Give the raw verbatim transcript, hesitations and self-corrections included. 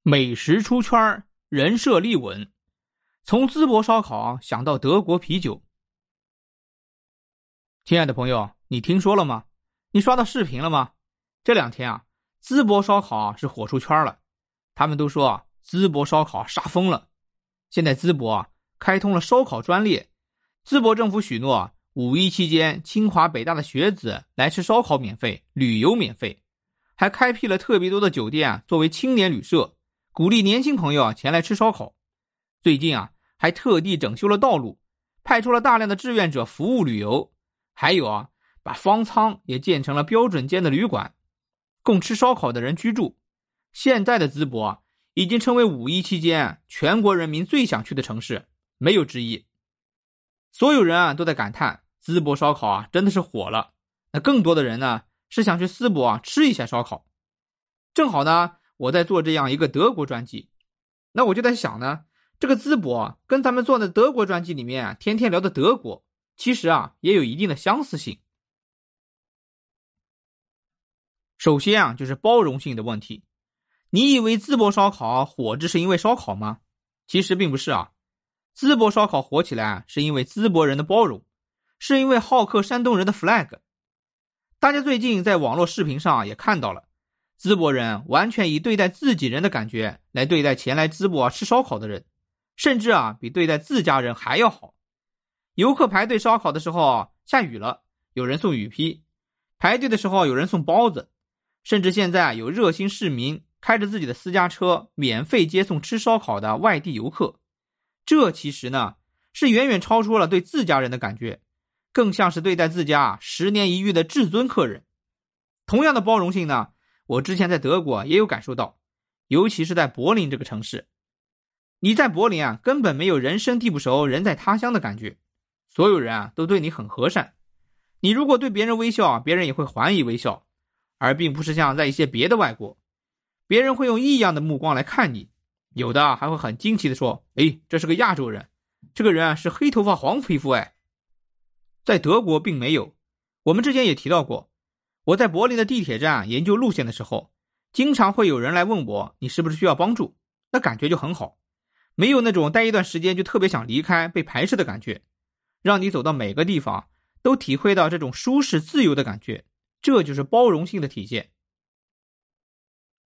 美食出圈，人设立稳。从淄博烧烤想到德国啤酒。亲爱的朋友，你听说了吗？你刷到视频了吗？这两天啊，淄博烧烤是火出圈了。他们都说啊，淄博烧烤杀疯了。现在淄博啊，开通了烧烤专列。淄博政府许诺啊，五一期间清华北大的学子来吃烧烤免费，旅游免费，还开辟了特别多的酒店啊，作为青年旅社，鼓励年轻朋友啊前来吃烧烤。最近啊，还特地整修了道路，派出了大量的志愿者服务旅游，还有啊，把方舱也建成了标准间的旅馆，供吃烧烤的人居住。现在的淄博啊，已经成为五一期间全国人民最想去的城市，没有之一。所有人啊都在感叹淄博烧烤啊真的是火了。那更多的人呢是想去淄博啊吃一下烧烤。正好呢，我在做这样一个德国专辑，那我就在想呢，这个淄博跟咱们做的德国专辑里面天天聊的德国，其实啊也有一定的相似性。首先啊，就是包容性的问题。你以为淄博烧烤火只是因为烧烤吗？其实并不是啊。淄博烧烤火起来是因为淄博人的包容，是因为好客山东人的 flag。 大家最近在网络视频上也看到了，淄博人完全以对待自己人的感觉来对待前来淄博吃烧烤的人，甚至啊比对待自家人还要好。游客排队烧烤的时候下雨了，有人送雨披；排队的时候有人送包子，甚至现在有热心市民开着自己的私家车免费接送吃烧烤的外地游客。这其实呢是远远超出了对自家人的感觉，更像是对待自家十年一遇的至尊客人。同样的包容性呢，我之前在德国也有感受到，尤其是在柏林这个城市。你在柏林啊，根本没有人生地不熟人在他乡的感觉，所有人啊都对你很和善。你如果对别人微笑，别人也会还以微笑，而并不是像在一些别的外国，别人会用异样的目光来看你，有的还会很惊奇的说，诶，这是个亚洲人，这个人是黑头发黄皮肤哎。在德国并没有。我们之前也提到过，我在柏林的地铁站研究路线的时候，经常会有人来问我你是不是需要帮助，那感觉就很好，没有那种待一段时间就特别想离开被排斥的感觉，让你走到每个地方都体会到这种舒适自由的感觉，这就是包容性的体现。